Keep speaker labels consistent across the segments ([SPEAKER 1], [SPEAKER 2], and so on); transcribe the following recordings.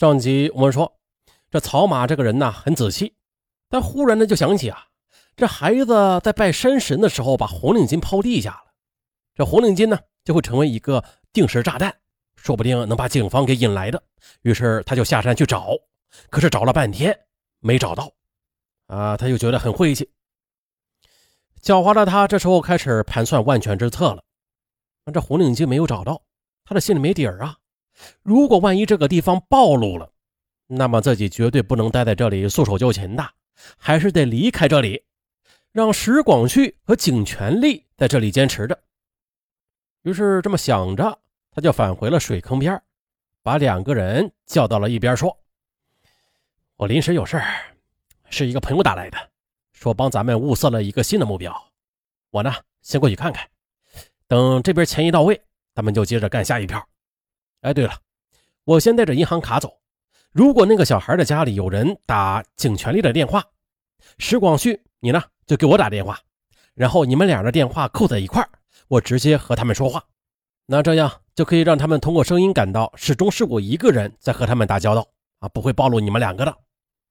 [SPEAKER 1] 上集我们说，这曹马这个人呢很仔细，但忽然呢就想起这孩子在拜山神的时候把红领巾抛地下了，这红领巾呢就会成为一个定时炸弹，说不定能把警方给引来的。于是他就下山去找，可是找了半天没找到他就觉得很晦气。狡猾的他这时候开始盘算万全之策了。这红领巾没有找到，他的心里没底儿如果万一这个地方暴露了，那么自己绝对不能待在这里束手就擒的，还是得离开这里，让石广旭和景全力在这里坚持着。于是这么想着，他就返回了水坑边，把两个人叫到了一边说：我临时有事儿，是一个朋友打来的，说帮咱们物色了一个新的目标，我呢先过去看看，等这边钱一到位，咱们就接着干下一票。对了，我先带着银行卡走，如果那个小孩的家里有人打景全力的电话，石广旭你呢就给我打电话，然后你们俩的电话扣在一块儿，我直接和他们说话，那这样就可以让他们通过声音感到始终是我一个人在和他们打交道不会暴露你们两个的。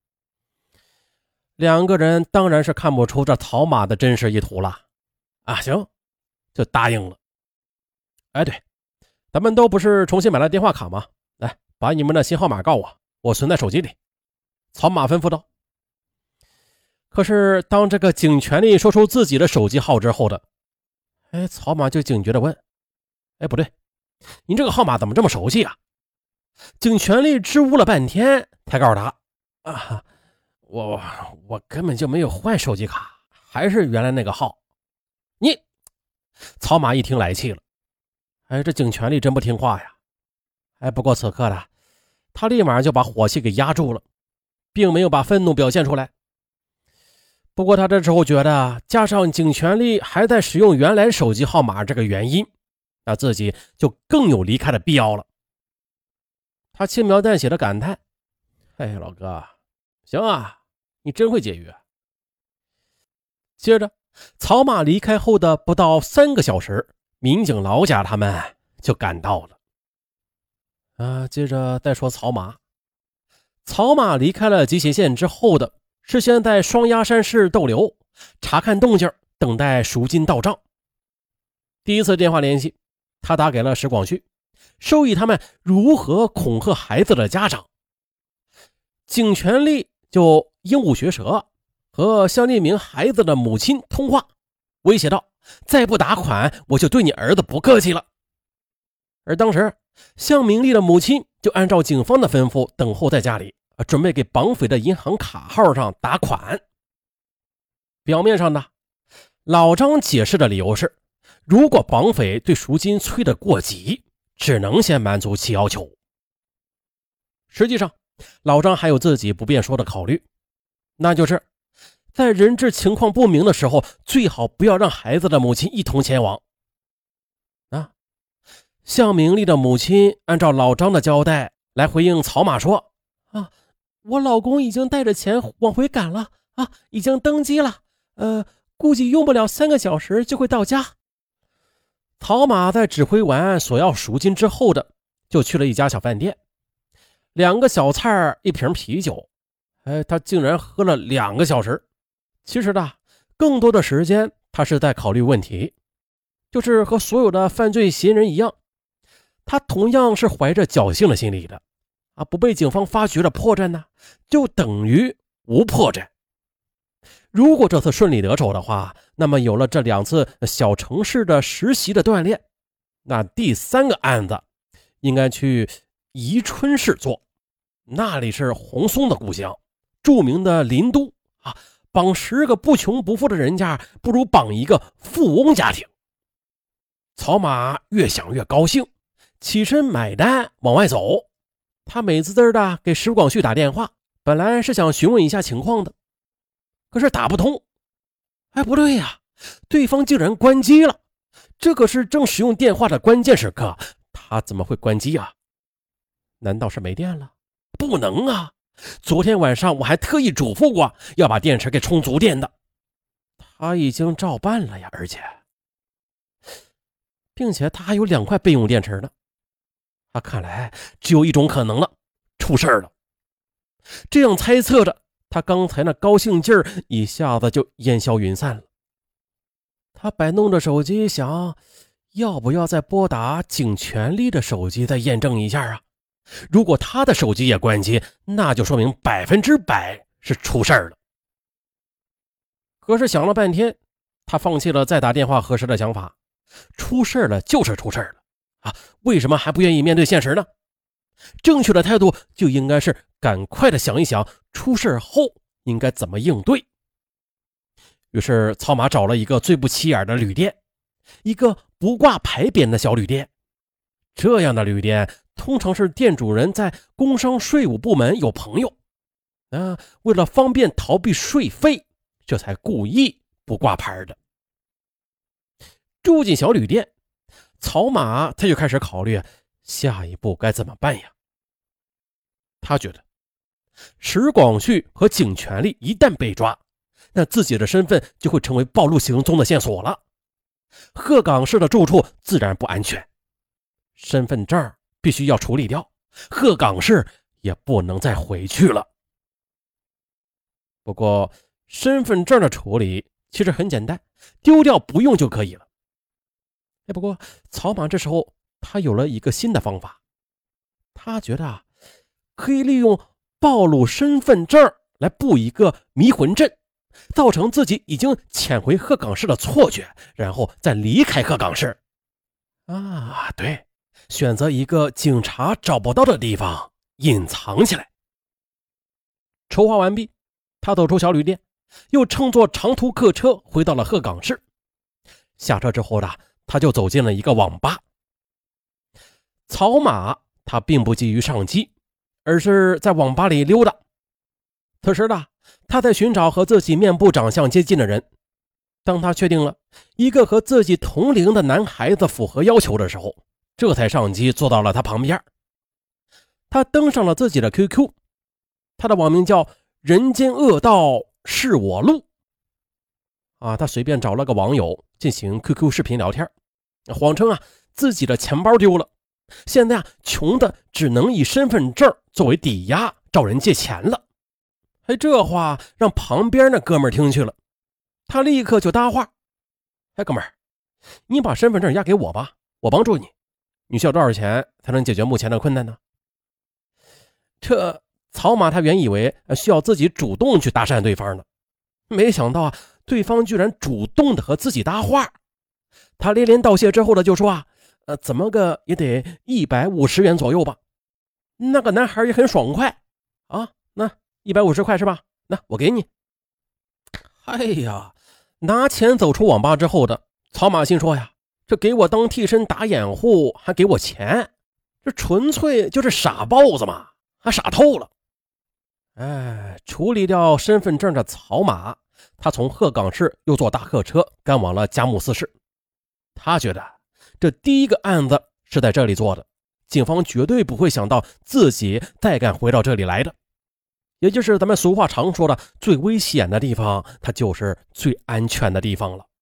[SPEAKER 1] 两个人当然是看不出这曹马的真实意图了行，就答应了。对，咱们都不是重新买了电话卡吗？来，把你们的新号码告我，我存在手机里。曹马吩咐道。可是当这个景全力说出自己的手机号之后的，曹马就警觉地问：不对，您这个号码怎么这么熟悉景全力支吾了半天才告诉他我根本就没有换手机卡，还是原来那个号。你曹马一听来气了，这景全力真不听话呀。不过此刻的他立马就把火气给压住了，并没有把愤怒表现出来。不过他这时候觉得，加上景全力还在使用原来手机号码这个原因，那自己就更有离开的必要了。他轻描淡写的感叹：老哥，行你真会节约。接着曹马离开后的不到3个小时，民警老贾他们就赶到了。接着再说曹马离开了集贤县之后的，是先在双鸭山市逗留，查看动静，等待赎金到账。第一次电话联系，他打给了石广旭，授意他们如何恐吓孩子的家长。景全力就鹦鹉学舌，和向立明孩子的母亲通话，威胁道：再不打款，我就对你儿子不客气了。而当时向明丽的母亲就按照警方的吩咐等候在家里，准备给绑匪的银行卡号上打款。表面上呢，老张解释的理由是，如果绑匪对赎金催得过急，只能先满足其要求。实际上老张还有自己不便说的考虑，那就是在人质情况不明的时候，最好不要让孩子的母亲一同前往。向明丽的母亲按照老张的交代来回应曹马说：我老公已经带着钱往回赶了已经登机了，估计用不了3个小时就会到家。曹马在指挥完索要赎金之后的，就去了一家小饭店，2个小菜1瓶啤酒，他竟然喝了2个小时。其实呢，更多的时间他是在考虑问题，就是和所有的犯罪嫌疑人一样，他同样是怀着侥幸的心理的不被警方发觉的破绽呢，就等于无破绽。如果这次顺利得手的话，那么有了这2次小城市的实习的锻炼，那第3个案子应该去宜春市做，那里是红松的故乡，著名的林都绑10个不穷不富的人家，不如绑一个富翁家庭。曹马越想越高兴，起身买单往外走。他美滋滋的给石广旭打电话，本来是想询问一下情况的，可是打不通。不对呀，对方竟然关机了，这可是正使用电话的关键时刻，他怎么会关机难道是没电了？不能昨天晚上我还特意嘱咐过要把电池给充足电的，他已经照办了呀，并且他还有2块备用电池呢。看来只有一种可能了， 出事了。这样猜测着，他刚才那高兴劲儿一下子就烟消云散了。他摆弄着手机想，要不要再拨打景全力的手机再验证一下啊？如果他的手机也关机，那就说明100%是出事了。可是想了半天，他放弃了再打电话核实的想法。出事了就是出事了啊，为什么还不愿意面对现实呢？正确的态度就应该是赶快的想一想出事后应该怎么应对。于是草马找了一个最不起眼的旅店，一个不挂牌匾的小旅店。这样的旅店通常是店主人在工商税务部门有朋友为了方便逃避税费，这才故意不挂牌的。住进小旅店，草马他就开始考虑下一步该怎么办呀。他觉得石广旭和景全力一旦被抓，那自己的身份就会成为暴露行踪的线索了。鹤岗市的住处自然不安全，身份证必须要处理掉，鹤岗市也不能再回去了。不过身份证的处理其实很简单，丢掉不用就可以了。不过草马这时候他有了一个新的方法，他觉得可以利用暴露身份证来布一个迷魂阵，造成自己已经潜回鹤岗市的错觉，然后再离开鹤岗市。对，选择一个警察找不到的地方隐藏起来。筹划完毕，他走出小旅店，又乘坐长途客车回到了鹤岗市。下车之后呢，他就走进了一个网吧。草马他并不急于上机，而是在网吧里溜达。此时呢，他在寻找和自己面部长相接近的人。当他确定了一个和自己同龄的男孩子符合要求的时候，这才上机坐到了他旁边。他登上了自己的 QQ， 他的网名叫人间恶道是我路他随便找了个网友进行 QQ 视频聊天，谎称自己的钱包丢了，现在穷的只能以身份证作为抵押找人借钱了。这话让旁边那哥们儿听去了，他立刻就搭话：哥们儿，你把身份证押给我吧，我帮助你。你需要多少钱才能解决目前的困难呢？这草马他原以为需要自己主动去搭讪对方呢，没想到对方居然主动的和自己搭话。他连连道谢之后的就说怎么个也得150元左右吧。那个男孩也很爽快那150块是吧？那我给你。拿钱走出网吧之后的草马心说这给我当替身打掩护还给我钱，这纯粹就是傻包子嘛，还傻透了。处理掉身份证的草马，他从鹤岗市又坐大客车赶往了佳木斯市。他觉得这第一个案子是在这里做的，警方绝对不会想到自己再敢回到这里来的。也就是咱们俗话常说的，最危险的地方它就是最安全的地方了。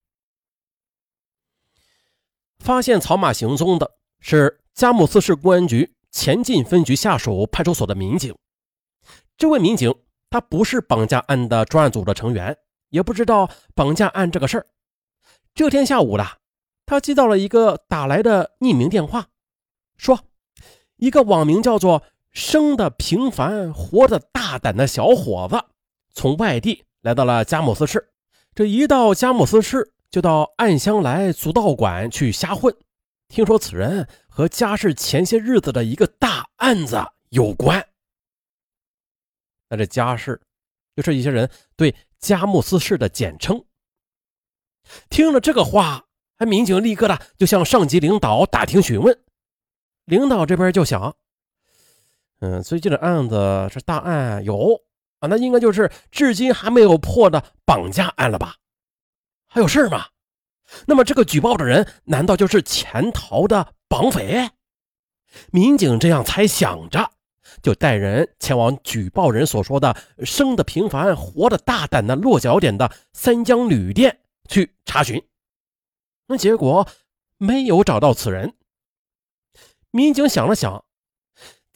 [SPEAKER 1] 发现草马行踪的是佳木斯市公安局前进分局下属派出所的民警。这位民警他不是绑架案的专案组的成员，也不知道绑架案这个事儿。这天下午他接到了一个打来的匿名电话，说一个网名叫做生的平凡活的大胆的小伙子从外地来到了佳木斯市。这一到佳木斯市就到暗香来足道馆去瞎混，听说此人和家市前些日子的一个大案子有关。那这家市就是一些人对佳木斯市的简称。听了这个话，民警立刻就向上级领导打听询问。领导这边就想最近的案子是大案有那应该就是至今还没有破的绑架案了吧？还有事吗？那么这个举报的人难道就是潜逃的绑匪？民警这样猜想着，就带人前往举报人所说的生的平凡活的大胆的落脚点的三江旅店去查询。那结果没有找到此人。民警想了想，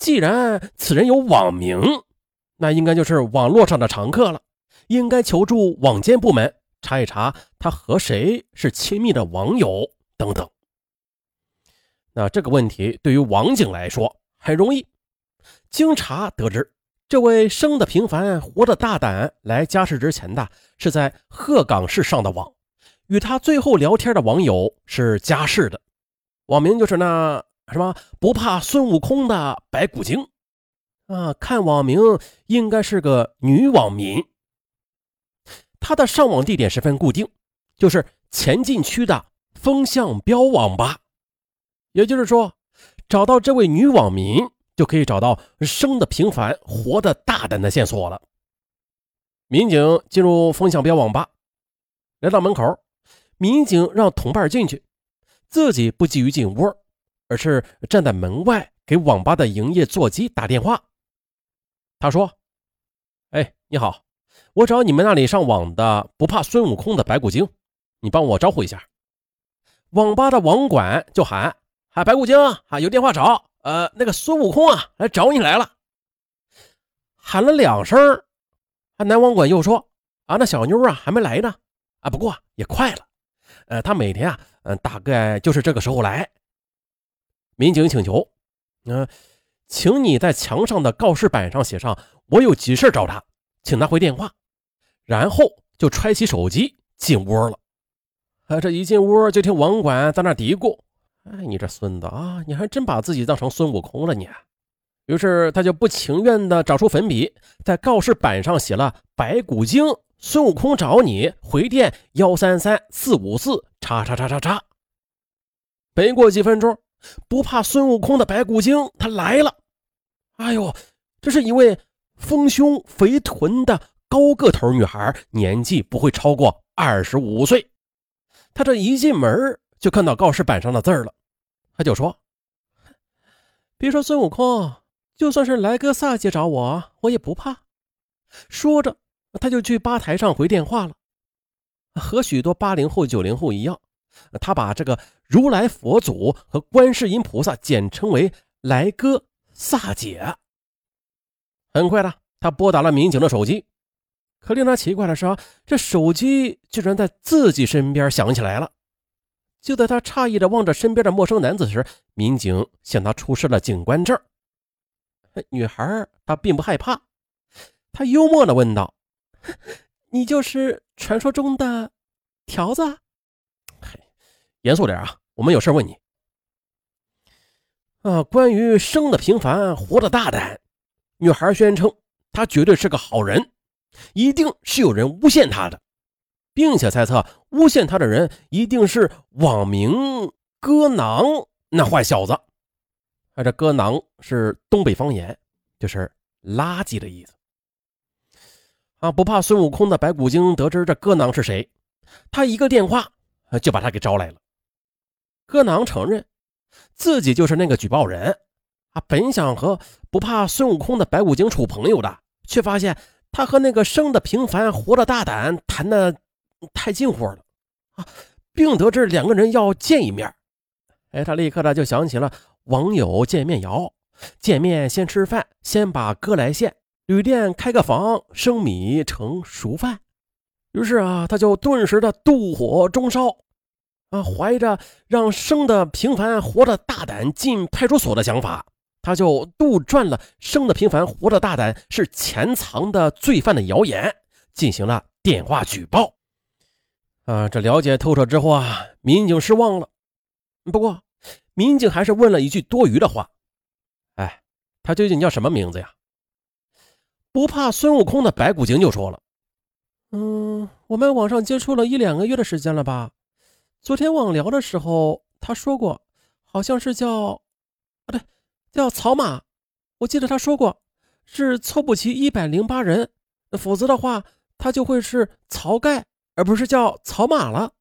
[SPEAKER 1] 既然此人有网名，那应该就是网络上的常客了，应该求助网监部门查一查他和谁是亲密的网友等等。那这个问题对于网警来说很容易，经查得知，这位生的平凡活得大胆来家市之前的是在鹤岗市上的网，与他最后聊天的网友是家市的，网名就是那什么不怕孙悟空的白骨精看网名应该是个女网民。他的上网地点十分固定，就是前进区的风向标网吧。也就是说，找到这位女网民就可以找到生的平凡活得大胆的线索了。民警进入风向标网吧，来到门口，民警让同伴进去，自己不急于进屋，而是站在门外给网吧的营业座机打电话。他说：你好，我找你们那里上网的不怕孙悟空的白骨精，你帮我招呼一下。网吧的网管就喊：白骨精有电话找，那个孙悟空来找你来了。喊了2声，男网管又说：那小妞还没来呢，不过也快了，他每天大概就是这个时候来。民警请求：请你在墙上的告示板上写上我有急事找他，请他回电话。然后就揣起手机进屋了。这一进屋就听网管在那嘀咕：你这孙子你还真把自己当成孙悟空了你。于是他就不情愿地找出粉笔，在告示板上写了白骨精孙悟空找你，回电133-454叉叉叉叉叉。没过几分钟，不怕孙悟空的白骨精他来了。这是一位丰胸肥臀的高个头女孩，年纪不会超过25岁。她这一进门就看到告示板上的字了，她就说：别说孙悟空，就算是来哥萨姐找我也不怕。说着她就去吧台上回电话了。和许多80后90后一样，她把这个如来佛祖和观世音菩萨简称为来哥萨姐。很快的，他拨打了民警的手机，可令他奇怪的是这手机居然在自己身边响起来了。就在他诧异的望着身边的陌生男子时，民警向他出示了警官证。女孩她并不害怕，她幽默地问道：你就是传说中的条子？严肃点我们有事问你。关于生的平凡活得大胆，女孩宣称她绝对是个好人，一定是有人诬陷她的，并且猜测诬陷她的人一定是网名哥囊那坏小子。这哥囊是东北方言，就是垃圾的意思。不怕孙悟空的白骨精得知这哥囊是谁，他一个电话就把他给招来了。哥囊承认自己就是那个举报人本想和不怕孙悟空的白骨精处朋友的，却发现他和那个生的平凡活得大胆谈得太近乎了并得知2个人要见一面。他立刻就想起了网友见面谣，见面先吃饭，先把哥来现，旅店开个房，生米成熟饭。于是他就顿时的妒火中烧怀着让生的平凡活得大胆进派出所的想法，他就杜撰了生的平凡活得大胆是潜藏的罪犯的谣言，进行了电话举报。这了解透彻之后民警失望了。不过民警还是问了一句多余的话：他究竟叫什么名字呀？不怕孙悟空的白骨精就说了：我们网上接触了1-2个月的时间了吧，昨天网聊的时候他说过，好像是叫草马，我记得他说过是凑不齐108人，否则的话他就会是曹盖，而不是叫草马了。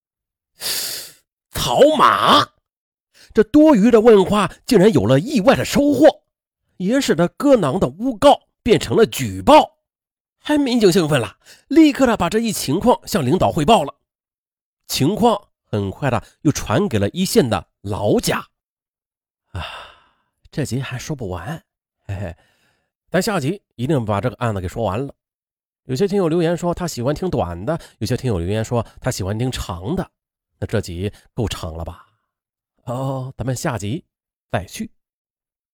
[SPEAKER 1] 草马，这多余的问话竟然有了意外的收获，也使得哥囊的诬告变成了举报。民警兴奋了，立刻把这一情况向领导汇报了。情况很快的又传给了一线的老贾。这集还说不完， 嘿嘿，咱下集一定把这个案子给说完了。有些听友留言说他喜欢听短的，有些听友留言说他喜欢听长的，那这集够长了吧？咱们下集再续。